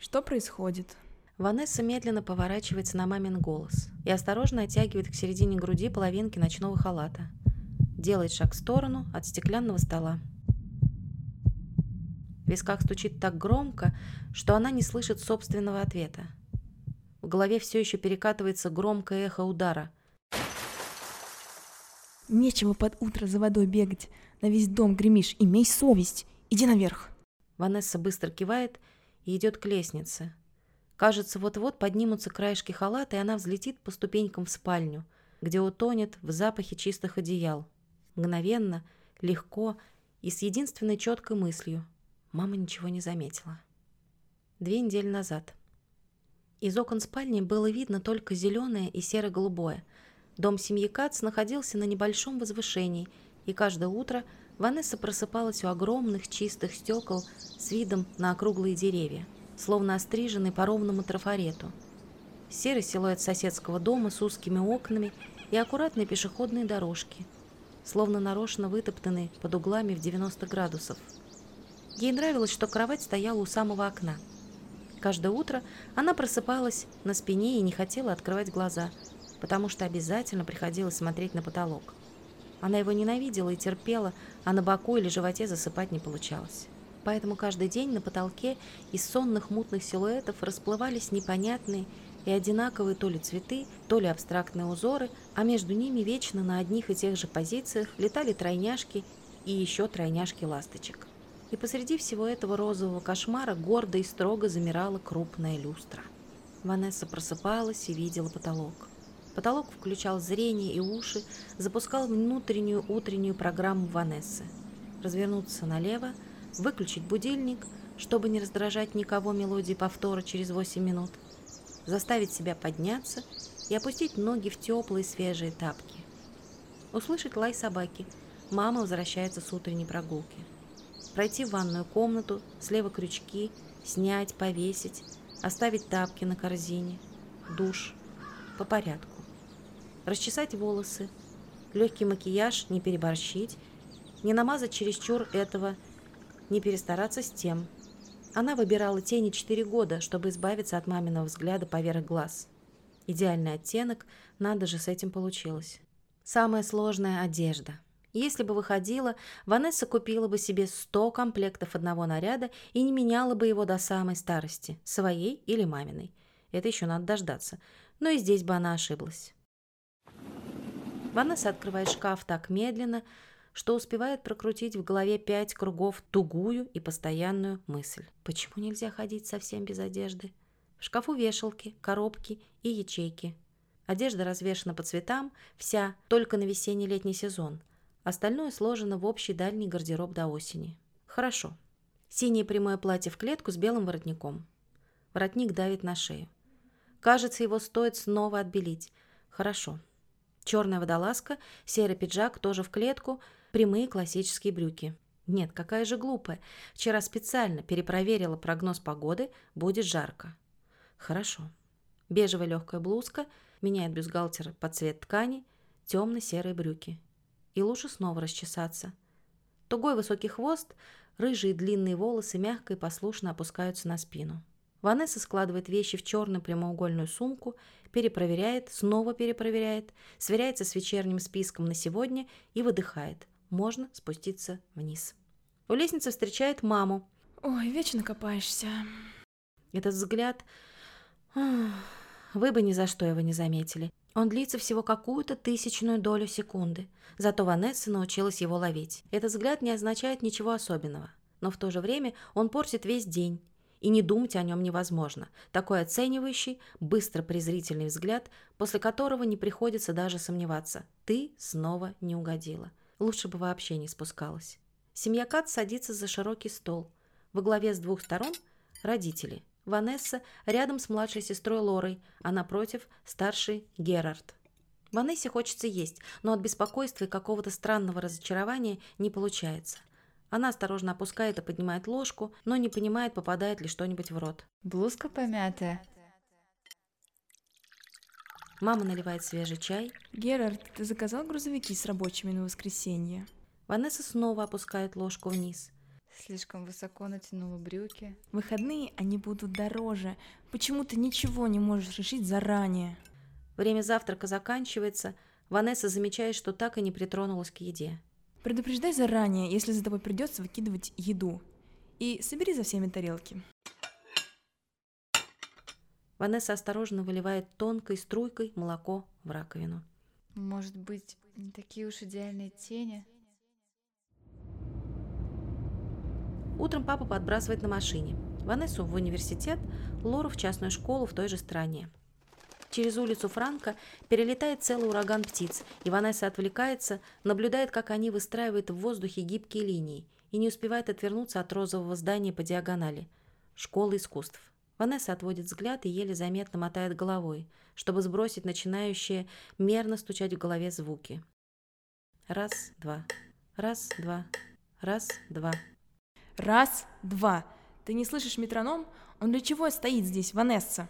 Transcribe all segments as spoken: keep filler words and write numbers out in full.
Что происходит? Ванесса медленно поворачивается на мамин голос и осторожно оттягивает к середине груди половинки ночного халата. Делает шаг в сторону от стеклянного стола. В висках стучит так громко, что она не слышит собственного ответа. В голове все еще перекатывается громкое эхо удара. Нечего под утро за водой бегать. На весь дом гремишь. Имей совесть. Иди наверх. Ванесса быстро кивает и идет к лестнице. Кажется, вот-вот поднимутся краешки халата, и она взлетит по ступенькам в спальню, где утонет в запахе чистых одеял. Мгновенно, легко и с единственной четкой мыслью. Мама ничего не заметила. Две недели назад. Из окон спальни было видно только зеленое и серо-голубое. Дом семьи Кац находился на небольшом возвышении, и каждое утро Ванесса просыпалась у огромных чистых стекол с видом на округлые деревья, словно остриженный по ровному трафарету. Серый силуэт соседского дома с узкими окнами и аккуратные пешеходные дорожки, словно нарочно вытоптанные под углами в девяносто градусов. Ей нравилось, что кровать стояла у самого окна. Каждое утро она просыпалась на спине и не хотела открывать глаза, потому что обязательно приходилось смотреть на потолок. Она его ненавидела и терпела, а на боку или животе засыпать не получалось. Поэтому каждый день на потолке из сонных мутных силуэтов расплывались непонятные и одинаковые то ли цветы, то ли абстрактные узоры, а между ними вечно на одних и тех же позициях летали тройняшки и еще тройняшки ласточек. И посреди всего этого розового кошмара гордо и строго замирала крупная люстра. Ванесса просыпалась и видела потолок. Потолок включал зрение и уши, запускал внутреннюю утреннюю программу Ванессы. Развернуться налево, выключить будильник, чтобы не раздражать никого мелодии повтора через восемь минут, заставить себя подняться и опустить ноги в теплые свежие тапки. Услышать лай собаки. Мама возвращается с утренней прогулки. Пройти в ванную комнату, слева крючки, снять, повесить, оставить тапки на корзине, душ, по порядку. Расчесать волосы, легкий макияж, не переборщить, не намазать чересчур этого, не перестараться с тем. Она выбирала тени четыре года, чтобы избавиться от маминого взгляда поверх глаз. Идеальный оттенок, надо же, с этим получилось. Самая сложная одежда. Если бы выходила, Ванесса купила бы себе сто комплектов одного наряда и не меняла бы его до самой старости, своей или маминой. Это еще надо дождаться. Но и здесь бы она ошиблась. Ванесса открывает шкаф так медленно, что успевает прокрутить в голове пять кругов тугую и постоянную мысль. Почему нельзя ходить совсем без одежды? В шкафу вешалки, коробки и ячейки. Одежда развешана по цветам, вся, только на весенне-летний сезон. Остальное сложено в общий дальний гардероб до осени. Хорошо. Синее прямое платье в клетку с белым воротником. Воротник давит на шею. Кажется, его стоит снова отбелить. Хорошо. Черная водолазка, серый пиджак тоже в клетку, прямые классические брюки. Нет, какая же глупая. Вчера специально перепроверила прогноз погоды, будет жарко. Хорошо. Бежевая легкая блузка, меняет бюстгальтер под цвет ткани, темно-серые брюки. И лучше снова расчесаться. Тугой высокий хвост, рыжие длинные волосы мягко и послушно опускаются на спину. Ванесса складывает вещи в черную прямоугольную сумку, перепроверяет, снова перепроверяет, сверяется с вечерним списком на сегодня и выдыхает. Можно спуститься вниз. У лестницы встречает маму. Ой, вечно копаешься. Этот взгляд... Вы бы ни за что его не заметили. Он длится всего какую-то тысячную долю секунды. Зато Ванесса научилась его ловить. Этот взгляд не означает ничего особенного. Но в то же время он портит весь день. И не думать о нем невозможно. Такой оценивающий, быстро презрительный взгляд, после которого не приходится даже сомневаться. Ты снова не угодила. Лучше бы вообще не спускалась. Семья Кац садится за широкий стол. Во главе с двух сторон родители. Ванесса рядом с младшей сестрой Лорой, а напротив старший Герард. Ванессе хочется есть, но от беспокойства и какого-то странного разочарования не получается. Она осторожно опускает и поднимает ложку, но не понимает, попадает ли что-нибудь в рот. Блузка помятая. Мама наливает свежий чай. Герард, ты заказал грузовики с рабочими на воскресенье? Ванесса снова опускает ложку вниз. Слишком высоко натянула брюки. В выходные они будут дороже. Почему ты ничего не можешь решить заранее? Время завтрака заканчивается. Ванесса замечает, что так и не притронулась к еде. Предупреждай заранее, если за тобой придется выкидывать еду. И собери за всеми тарелки. Ванесса осторожно выливает тонкой струйкой молоко в раковину. Может быть, не такие уж идеальные тени? Утром папа подбрасывает на машине. Ванессу в университет, Лору в частную школу в той же стране. Через улицу Франко перелетает целый ураган птиц, и Ванесса отвлекается, наблюдает, как они выстраивают в воздухе гибкие линии, и не успевает отвернуться от розового здания по диагонали. Школа искусств. Ванесса отводит взгляд и еле заметно мотает головой, чтобы сбросить начинающие мерно стучать в голове звуки. Раз, два. Раз, два. Раз, два. Раз, два. Ты не слышишь метроном? Он для чего стоит здесь, Ванесса?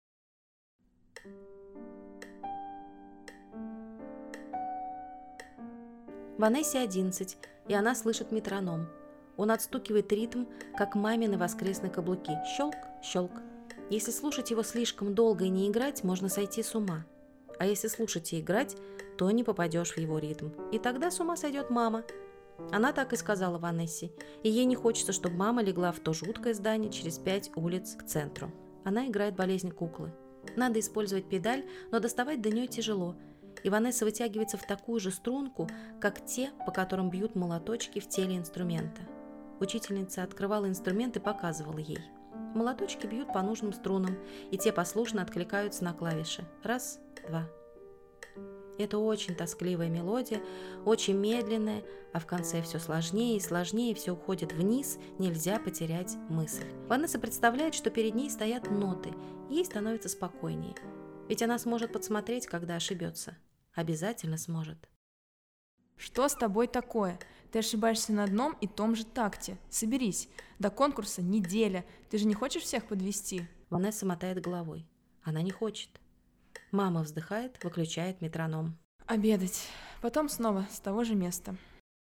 Ванессе одиннадцать, и она слышит метроном. Он отстукивает ритм, как мамины воскресные каблуки. Щелк, щелк. Если слушать его слишком долго и не играть, можно сойти с ума. А если слушать и играть, то не попадешь в его ритм. И тогда с ума сойдет мама. Она так и сказала Ванессе. И ей не хочется, чтобы мама легла в то жуткое здание через пять улиц к центру. Она играет болезнь куклы. Надо использовать педаль, но доставать до нее тяжело. И Ванесса вытягивается в такую же струнку, как те, по которым бьют молоточки в теле инструмента. Учительница открывала инструмент и показывала ей. Молоточки бьют по нужным струнам, и те послушно откликаются на клавиши. Раз, два. Это очень тоскливая мелодия, очень медленная, а в конце все сложнее и сложнее, все уходит вниз, нельзя потерять мысль. Ванесса представляет, что перед ней стоят ноты, и ей становится спокойнее. Ведь она сможет подсмотреть, когда ошибется. Обязательно сможет. Что с тобой такое? Ты ошибаешься на одном и том же такте. Соберись. До конкурса неделя. Ты же не хочешь всех подвести? Ванесса мотает головой. Она не хочет. Мама вздыхает, выключает метроном. Обедать. Потом снова с того же места.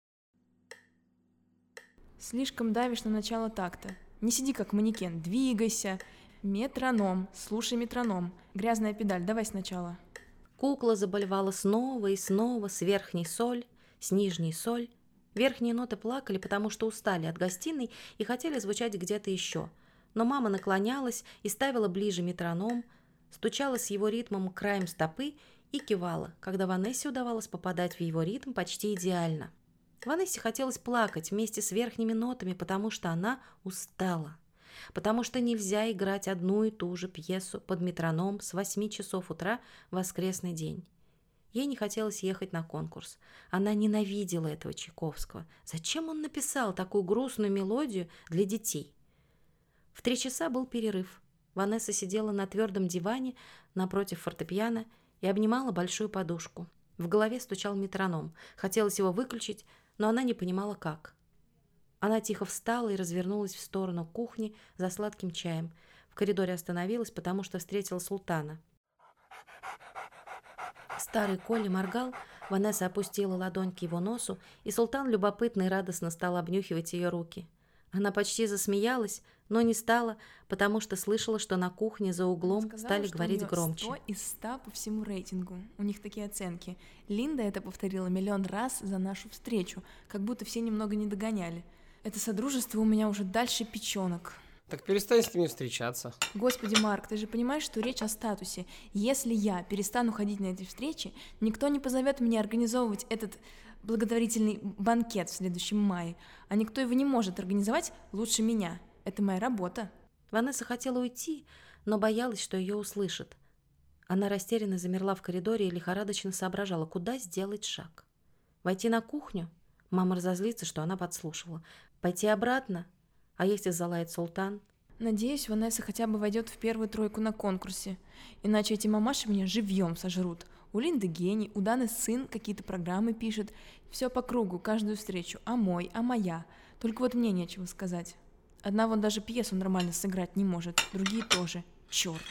Слишком давишь на начало такта. Не сиди как манекен, двигайся. Метроном. Слушай метроном. Грязная педаль, давай сначала. Кукла заболевала снова и снова с верхней соль, с нижней соль. Верхние ноты плакали, потому что устали от гостиной и хотели звучать где-то еще. Но мама наклонялась и ставила ближе метроном, стучала с его ритмом краем стопы и кивала, когда Ванессе удавалось попадать в его ритм почти идеально. Ванессе хотелось плакать вместе с верхними нотами, потому что она устала. Потому что нельзя играть одну и ту же пьесу под метроном с восьми часов утра в воскресный день. Ей не хотелось ехать на конкурс. Она ненавидела этого Чайковского. Зачем он написал такую грустную мелодию для детей? В три часа был перерыв. Ванесса сидела на твердом диване напротив фортепиано и обнимала большую подушку. В голове стучал метроном. Хотелось его выключить, но она не понимала, как. Она тихо встала и развернулась в сторону кухни за сладким чаем. В коридоре остановилась, потому что встретила султана. Старый Коля моргал, Ванесса опустила ладонь к его носу, и султан любопытно и радостно стал обнюхивать ее руки. Она почти засмеялась, но не стала, потому что слышала, что на кухне за углом Сказала, стали что говорить у неё громче. сто из ста по всему рейтингу. У них такие оценки. Линда это повторила миллион раз за нашу встречу, как будто все немного не догоняли. Это содружество у меня уже дальше печенок. Так перестань с ними встречаться. Господи, Марк, ты же понимаешь, что речь о статусе. Если я перестану ходить на эти встречи, никто не позовет меня организовывать этот благотворительный банкет в следующем мае, а никто его не может организовать лучше меня. Это моя работа. Ванесса хотела уйти, но боялась, что ее услышат. Она растерянно замерла в коридоре и лихорадочно соображала, куда сделать шаг. Войти на кухню? Мама разозлится, что она подслушивала. Пойти обратно? А если залает султан? Надеюсь, Ванесса хотя бы войдет в первую тройку на конкурсе. Иначе эти мамаши меня живьем сожрут. У Линды гений, у Даны сын какие-то программы пишет. Все по кругу, каждую встречу. А мой, а моя. Только вот мне нечего сказать. Одна вот даже пьесу нормально сыграть не может. Другие тоже. Черт.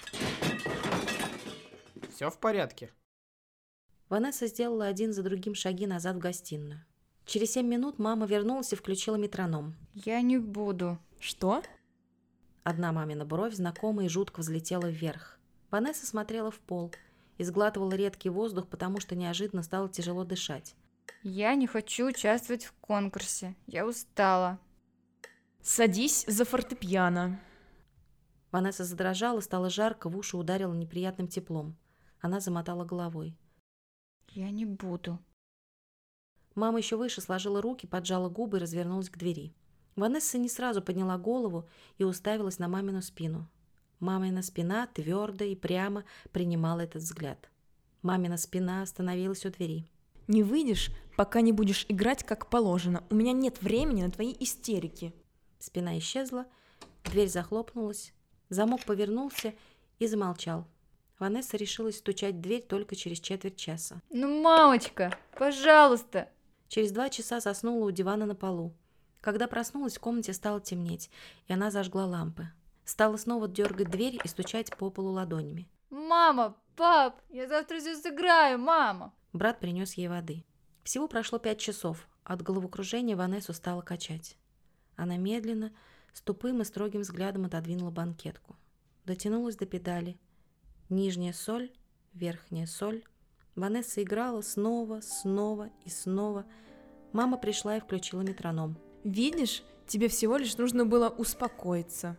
Все в порядке. Ванесса сделала один за другим шаги назад в гостиную. Через семь минут мама вернулась и включила метроном. Я не буду. Что? Одна мамина бровь знакомо и жутко взлетела вверх. Ванесса смотрела в пол и сглатывала редкий воздух, потому что неожиданно стало тяжело дышать. Я не хочу участвовать в конкурсе. Я устала. Садись за фортепиано. Ванесса задрожала, стало жарко, в уши ударило неприятным теплом. Она замотала головой. Я не буду. Мама еще выше сложила руки, поджала губы и развернулась к двери. Ванесса не сразу подняла голову и уставилась на мамину спину. Мамина спина твердо и прямо принимала этот взгляд. Мамина спина остановилась у двери. Не выйдешь, пока не будешь играть как положено. У меня нет времени на твои истерики. Спина исчезла, дверь захлопнулась, замок повернулся и замолчал. Ванесса решилась стучать в дверь только через четверть часа. Ну, мамочка, пожалуйста. Через два часа заснула у дивана на полу. Когда проснулась, в комнате стало темнеть, и она зажгла лампы. Стала снова дергать дверь и стучать по полу ладонями. Мама, пап, я завтра здесь сыграю, мама. Брат принес ей воды. Всего прошло пять часов. От головокружения Ванессу стало качать. Она медленно, с тупым и строгим взглядом отодвинула банкетку. Дотянулась до педали. Нижняя соль, верхняя соль. Ванесса играла снова, снова и снова. Мама пришла и включила метроном. Видишь, тебе всего лишь нужно было успокоиться.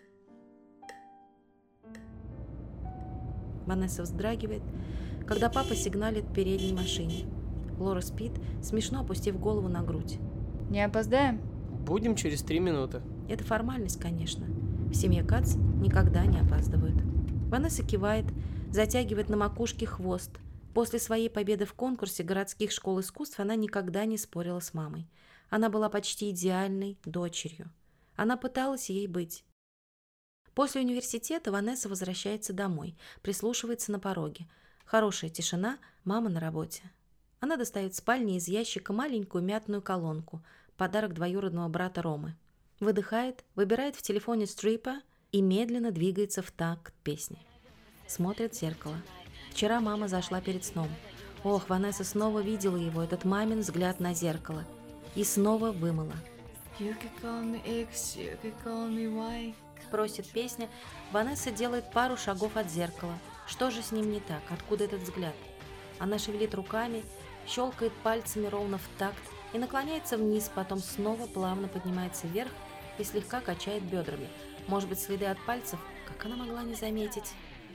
Ванесса вздрагивает, когда папа сигналит в передней машине. Лора спит, смешно опустив голову на грудь. Не опоздаем? Будем через три минуты. Это формальность, конечно. В семье Кац никогда не опаздывают. Ванесса кивает, затягивает на макушке хвост. После своей победы в конкурсе городских школ искусств она никогда не спорила с мамой. Она была почти идеальной дочерью. Она пыталась ей быть. После университета Ванесса возвращается домой, прислушивается на пороге. Хорошая тишина, мама на работе. Она достает в спальне из ящика маленькую мятную колонку, подарок двоюродного брата Ромы. Выдыхает, выбирает в телефоне стрипа и медленно двигается в такт песни. Смотрит в зеркало. Вчера мама зашла перед сном. Ох, Ванесса снова видела его, этот мамин взгляд на зеркало. И снова вымыла. You can call me X, you can call me Y. Просит песня. Ванесса делает пару шагов от зеркала. Что же с ним не так? Откуда этот взгляд? Она шевелит руками, щелкает пальцами ровно в такт и наклоняется вниз, потом снова плавно поднимается вверх и слегка качает бедрами. Может быть, следы от пальцев? Как она могла не заметить?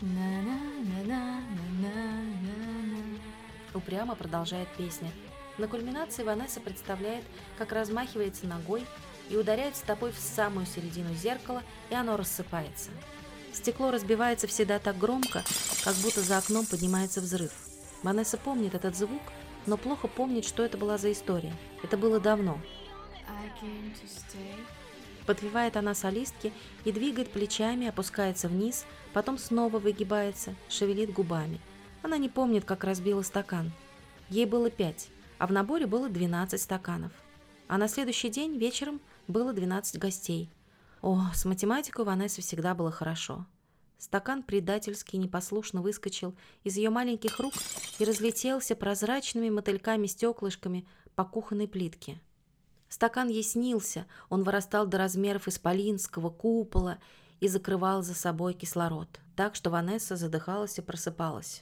Упрямо продолжает песня. На кульминации Ванесса представляет, как размахивается ногой и ударяет стопой в самую середину зеркала, и оно рассыпается. Стекло разбивается всегда так громко, как будто за окном поднимается взрыв. Ванесса помнит этот звук, но плохо помнит, что это была за история. Это было давно. I came to stay. Подвивает она солистки и двигает плечами, опускается вниз, потом снова выгибается, шевелит губами. Она не помнит, как разбила стакан. Ей было пять, а в наборе было двенадцать стаканов. А на следующий день вечером было двенадцать гостей. О, с математикой у Ванессы всегда было хорошо. Стакан предательски непослушно выскочил из ее маленьких рук и разлетелся прозрачными мотыльками-стеклышками по кухонной плитке. Стакан ей снился, он вырастал до размеров исполинского купола и закрывал за собой кислород, так что Ванесса задыхалась и просыпалась.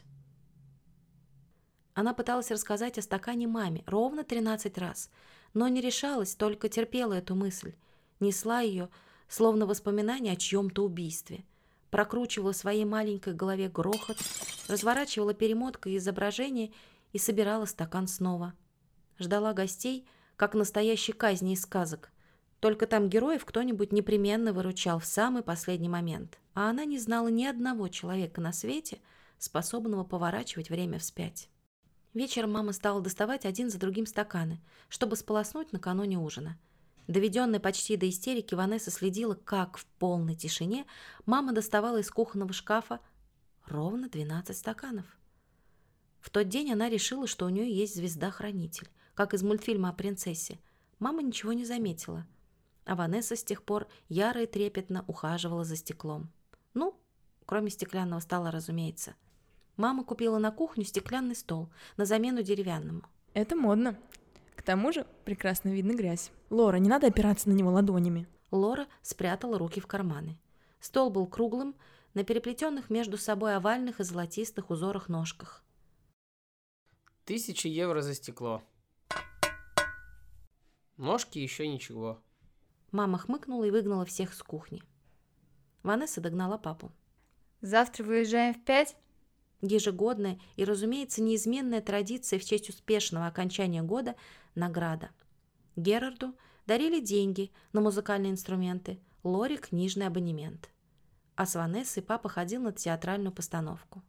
Она пыталась рассказать о стакане маме ровно тринадцать раз, но не решалась, только терпела эту мысль, несла ее, словно воспоминание о чьем-то убийстве, прокручивала в своей маленькой голове грохот, разворачивала перемоткой изображения и собирала стакан снова. Ждала гостей, как настоящей казни из сказок. Только там героев кто-нибудь непременно выручал в самый последний момент. А она не знала ни одного человека на свете, способного поворачивать время вспять. Вечером мама стала доставать один за другим стаканы, чтобы сполоснуть накануне ужина. Доведенная почти до истерики, Ванесса следила, как в полной тишине мама доставала из кухонного шкафа ровно двенадцать стаканов. В тот день она решила, что у нее есть звезда-хранитель, как из мультфильма о принцессе. Мама ничего не заметила, а Ванесса с тех пор яро и трепетно ухаживала за стеклом. Ну, кроме стеклянного стола, разумеется. Мама купила на кухню стеклянный стол на замену деревянному. Это модно. К тому же прекрасно видно грязь. Лора, не надо опираться на него ладонями. Лора спрятала руки в карманы. Стол был круглым, на переплетенных между собой овальных и золотистых узорах ножках. Тысяча евро за стекло. Ножки еще ничего. Мама хмыкнула и выгнала всех с кухни. Ванесса догнала папу. Завтра выезжаем в пять? Ежегодная и, разумеется, неизменная традиция в честь успешного окончания года – награда. Герарду дарили деньги на музыкальные инструменты, Лоре – книжный абонемент. А с Ванессой папа ходил на театральную постановку.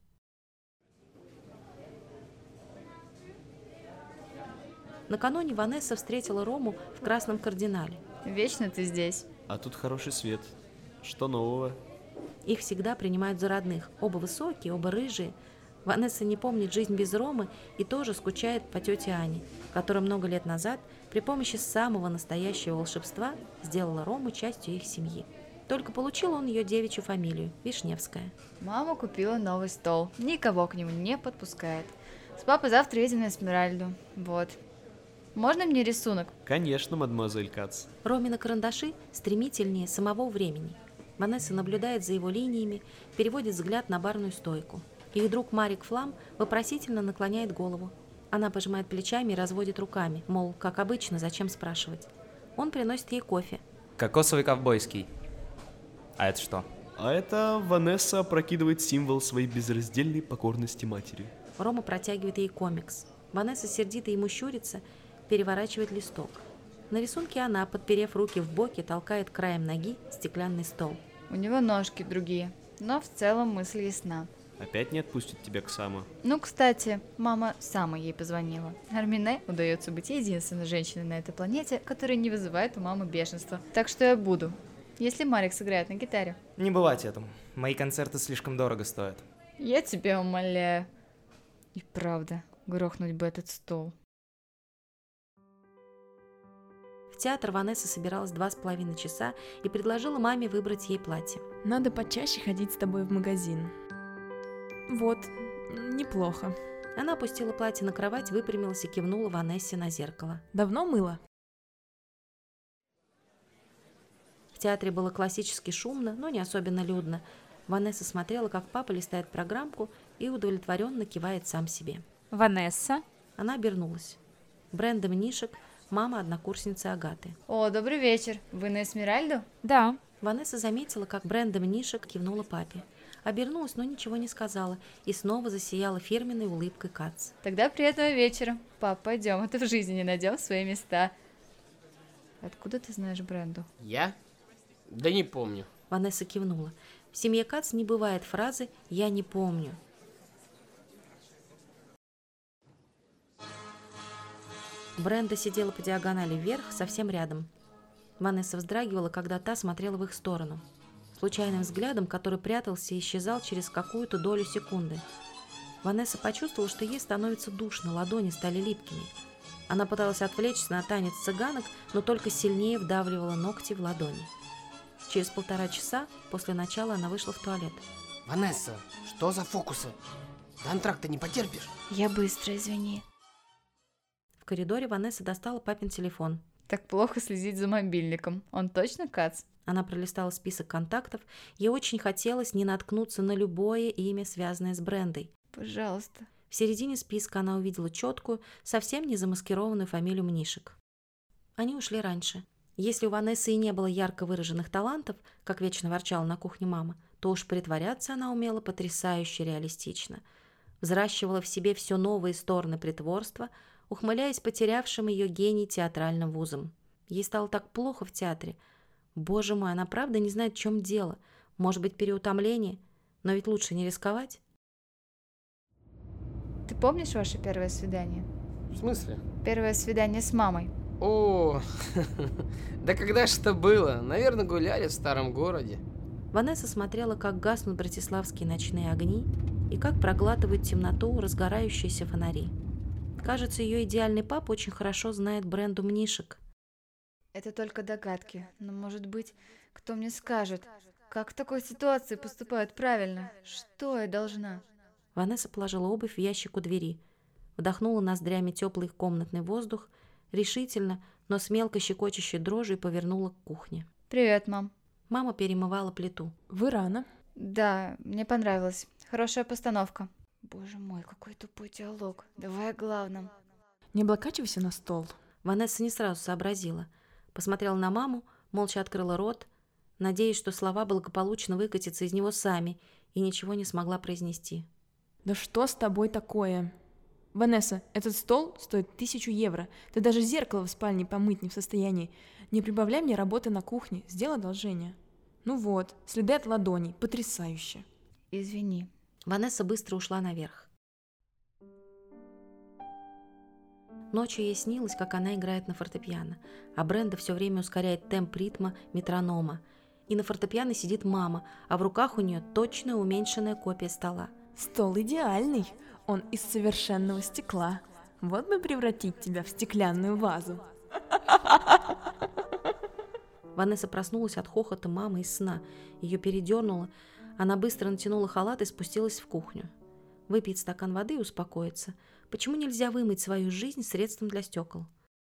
Накануне Ванесса встретила Рому в Красном Кардинале. Вечно ты здесь. А тут хороший свет. Что нового? Их всегда принимают за родных. Оба высокие, оба рыжие. Ванесса не помнит жизнь без Ромы и тоже скучает по тете Ане, которая много лет назад при помощи самого настоящего волшебства сделала Рому частью их семьи. Только получил он ее девичью фамилию – Вишневская. Мама купила новый стол. Никого к нему не подпускает. С папой завтра едем на Эсмеральду. Вот. Можно мне рисунок? Конечно, мадемуазель Кац. Ромины карандаши стремительнее самого времени. Ванесса наблюдает за его линиями, переводит взгляд на барную стойку. Их друг Марик Флам вопросительно наклоняет голову. Она пожимает плечами и разводит руками, мол, как обычно, зачем спрашивать. Он приносит ей кофе. Кокосовый ковбойский. А это что? А это Ванесса опрокидывает символ своей безраздельной покорности матери. Рома протягивает ей комикс. Ванесса сердито ему щурится, переворачивает листок. На рисунке она, подперев руки в боки, толкает краем ноги стеклянный стол. У него ножки другие, но в целом мысль ясна. Опять не отпустит тебя к Саму. Ну, кстати, мама сама ей позвонила. Армине удается быть единственной женщиной на этой планете, которая не вызывает у мамы бешенства. Так что я буду, если Марик сыграет на гитаре. Не бывать этому. Мои концерты слишком дорого стоят. Я тебя умоляю. И правда, грохнуть бы этот стол. В театр Ванесса собиралась два с половиной часа и предложила маме выбрать ей платье. Надо почаще ходить с тобой в магазин. Вот, неплохо. Она опустила платье на кровать, выпрямилась и кивнула Ванессе на зеркало. Давно мыла? В театре было классически шумно, но не особенно людно. Ванесса смотрела, как папа листает программку и удовлетворенно кивает сам себе. Ванесса? Она обернулась. Бренда Мнишек, мама однокурсницы Агаты. О, добрый вечер. Вы на Эсмеральду? Да. Ванесса заметила, как Бренда Мнишек кивнула папе. Обернулась, но ничего не сказала, и снова засияла фирменной улыбкой Кац. Тогда приятного вечера. Пап, пойдем, а то в жизни не найдем свои места. Откуда ты знаешь Бренду? Я? Да не помню. Ванесса кивнула. В семье Кац не бывает фразы «я не помню». Бренда сидела по диагонали вверх, совсем рядом. Ванесса вздрагивала, когда та смотрела в их сторону. Случайным взглядом, который прятался и исчезал через какую-то долю секунды. Ванесса почувствовала, что ей становится душно, ладони стали липкими. Она пыталась отвлечься на танец цыганок, но только сильнее вдавливала ногти в ладони. Через полтора часа после начала она вышла в туалет. Ванесса, что за фокусы? До антракта не потерпишь? Я быстро, извини. В коридоре Ванесса достала папин телефон. Так плохо следить за мобильником. Он точно Кац? Она пролистала список контактов. Ей очень хотелось не наткнуться на любое имя, связанное с Брендой. Пожалуйста. В середине списка она увидела четкую, совсем не замаскированную фамилию Мнишек. Они ушли раньше. Если у Ванессы и не было ярко выраженных талантов, как вечно ворчала на кухне мама, то уж притворяться она умела потрясающе реалистично. Взращивала в себе все новые стороны притворства, ухмыляясь потерявшим ее гений театральным вузом. Ей стало так плохо в театре. Боже мой, она правда не знает, в чем дело. Может быть, переутомление? Но ведь лучше не рисковать. Ты помнишь ваше первое свидание? В смысле? Первое свидание с мамой. О, да когда ж это было? Наверное, гуляли в старом городе. Ванесса смотрела, как гаснут братиславские ночные огни и как проглатывают темноту разгорающиеся фонари. Кажется, ее идеальный папа очень хорошо знает Бренду Мнишек. Это только догадки, но, может быть, кто мне скажет, как в такой ситуации поступают правильно? Что я должна? Ванесса положила обувь в ящик у двери, вдохнула ноздрями теплый комнатный воздух, решительно, но с мелко щекочущей дрожью повернула к кухне. Привет, мам. Мама перемывала плиту. Вы рано. Да, мне понравилось. Хорошая постановка. Боже мой, какой тупой диалог. Давай о главном. Не облокачивайся на стол. Ванесса не сразу сообразила. Посмотрела на маму, молча открыла рот, надеясь, что слова благополучно выкатятся из него сами, и ничего не смогла произнести. Да что с тобой такое? Ванесса, этот стол стоит тысячу евро. Ты даже зеркало в спальне помыть не в состоянии. Не прибавляй мне работы на кухне, сделай одолжение. Ну вот, следы от ладоней, потрясающе. Извини. Ванесса быстро ушла наверх. Ночью ей снилось, как она играет на фортепиано, а Бренда все время ускоряет темп ритма метронома. И на фортепиано сидит мама, а в руках у нее точная уменьшенная копия стола. Стол идеальный, он из совершенного стекла. Вот бы превратить тебя в стеклянную вазу. Ванесса проснулась от хохота мамы из сна. Ее передернуло. Она быстро натянула халат и спустилась в кухню. Выпить стакан воды и успокоиться. Почему нельзя вымыть свою жизнь средством для стекол?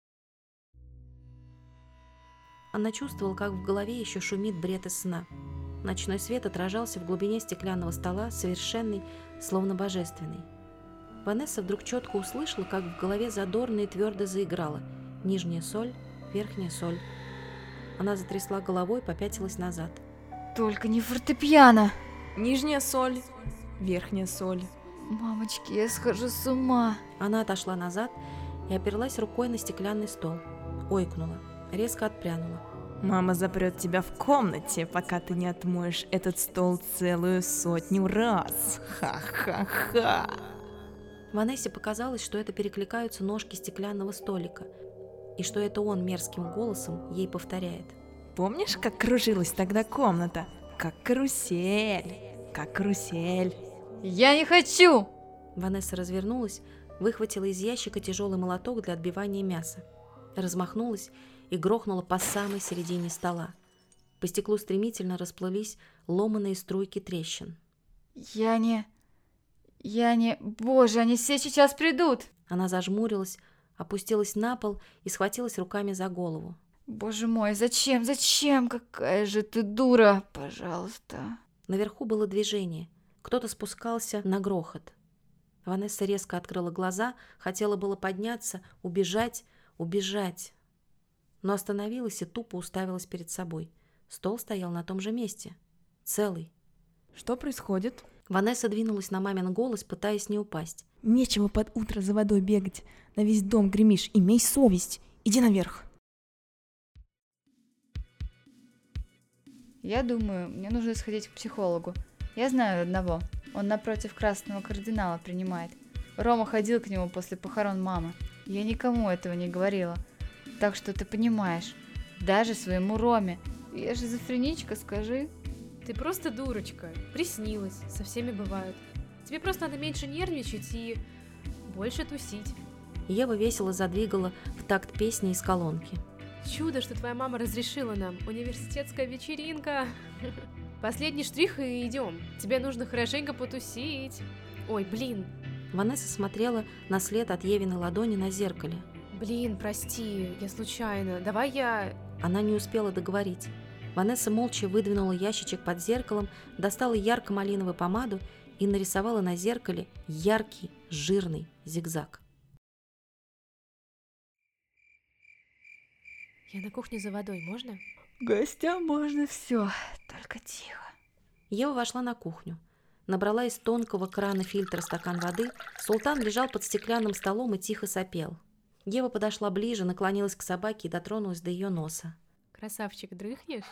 Она чувствовала, как в голове еще шумит бред из сна. Ночной свет отражался в глубине стеклянного стола, совершенный, словно божественный. Ванесса вдруг четко услышала, как в голове задорно и твердо заиграла. Нижняя соль, верхняя соль. Она затрясла головой, попятилась назад. Только не фортепиано. Нижняя соль, верхняя соль. Мамочки, я схожу с ума. Она отошла назад и оперлась рукой на стеклянный стол. Ойкнула, резко отпрянула. Мама запрет тебя в комнате, пока ты не отмоешь этот стол целую сотню раз. Ха-ха-ха. Ванессе показалось, что это перекликаются ножки стеклянного столика, и что это он мерзким голосом ей повторяет. Помнишь, как кружилась тогда комната? Как карусель, как карусель. Я не хочу! Ванесса развернулась, выхватила из ящика тяжелый молоток для отбивания мяса, размахнулась и грохнула по самой середине стола. По стеклу стремительно расплылись ломаные струйки трещин. Я не... Я не... Боже, они все сейчас придут! Она зажмурилась, опустилась на пол и схватилась руками за голову. Боже мой, зачем, зачем? Какая же ты дура, пожалуйста. Наверху было движение. Кто-то спускался на грохот. Ванесса резко открыла глаза, хотела было подняться, убежать, убежать. Но остановилась и тупо уставилась перед собой. Стол стоял на том же месте. Целый. Что происходит? Ванесса двинулась на мамин голос, пытаясь не упасть. Нечего под утро за водой бегать. На весь дом гремишь. Имей совесть. Иди наверх. Я думаю, мне нужно сходить к психологу. Я знаю одного. Он напротив красного кардинала принимает. Рома ходил к нему после похорон мамы. Я никому этого не говорила. Так что ты понимаешь. Даже своему Роме. Я шизофреничка, скажи. Ты просто дурочка. Приснилась. Со всеми бывает. Тебе просто надо меньше нервничать и больше тусить. Ева весело задвигала в такт песни из колонки. Чудо, что твоя мама разрешила нам. Университетская вечеринка. Последний штрих и идем. Тебе нужно хорошенько потусить. Ой, блин. Ванесса смотрела на след от Евиной ладони на зеркале. Блин, прости, я случайно. Давай я... Она не успела договорить. Ванесса молча выдвинула ящичек под зеркалом, достала ярко-малиновую помаду и нарисовала на зеркале яркий, жирный зигзаг. Я на кухне за водой, можно? Гостям можно все, только тихо. Ева вошла на кухню. Набрала из тонкого крана фильтра стакан воды. Султан лежал под стеклянным столом и тихо сопел. Ева подошла ближе, наклонилась к собаке и дотронулась до ее носа. Красавчик, дрыхнешь?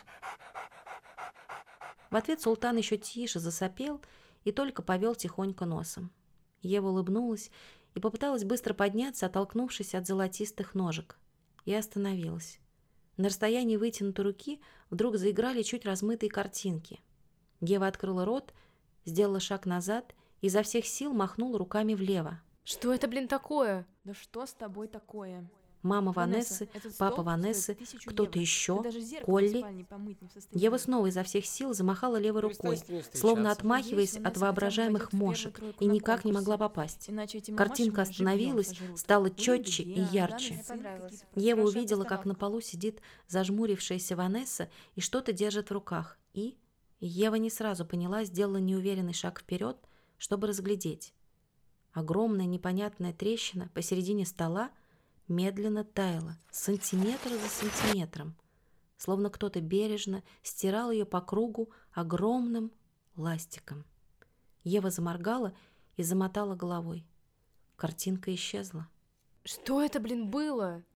В ответ Султан еще тише засопел и только повел тихонько носом. Ева улыбнулась и попыталась быстро подняться, оттолкнувшись от золотистых ножек. И остановилась. На расстоянии вытянутой руки вдруг заиграли чуть размытые картинки. Ева открыла рот, сделала шаг назад и изо всех сил махнула руками влево. Что это, блин, такое? Да что с тобой такое? Мама Ванесса, Ванессы, этот папа стол Ванессы, стоит тысячу кто-то евро. еще, Ты даже зеркало в Колли. спальне помыть не в состоянии. Ева снова изо всех сил замахала левой рукой, Перестань с ними словно встречаться. отмахиваясь Надеюсь, от Ванесса воображаемых хотя бы войдет в мошек, первую тройку и на никак не конкурсе. могла попасть. Иначе эти Картинка мамаши меня живьем остановилась, сожрут. стала Улинда четче и Гения, ярче. Уданы Мне сын, понравилось. какие-то Ева Хорошая увидела, как на постановка. полу сидит зажмурившаяся Ванесса и что-то держит в руках. И Ева не сразу поняла, сделала неуверенный шаг вперед, чтобы разглядеть. Огромная непонятная трещина посередине стола медленно таяла, сантиметр за сантиметром, словно кто-то бережно стирал ее по кругу огромным ластиком. Ева заморгала и замотала головой. Картинка исчезла. Что это, блин, было?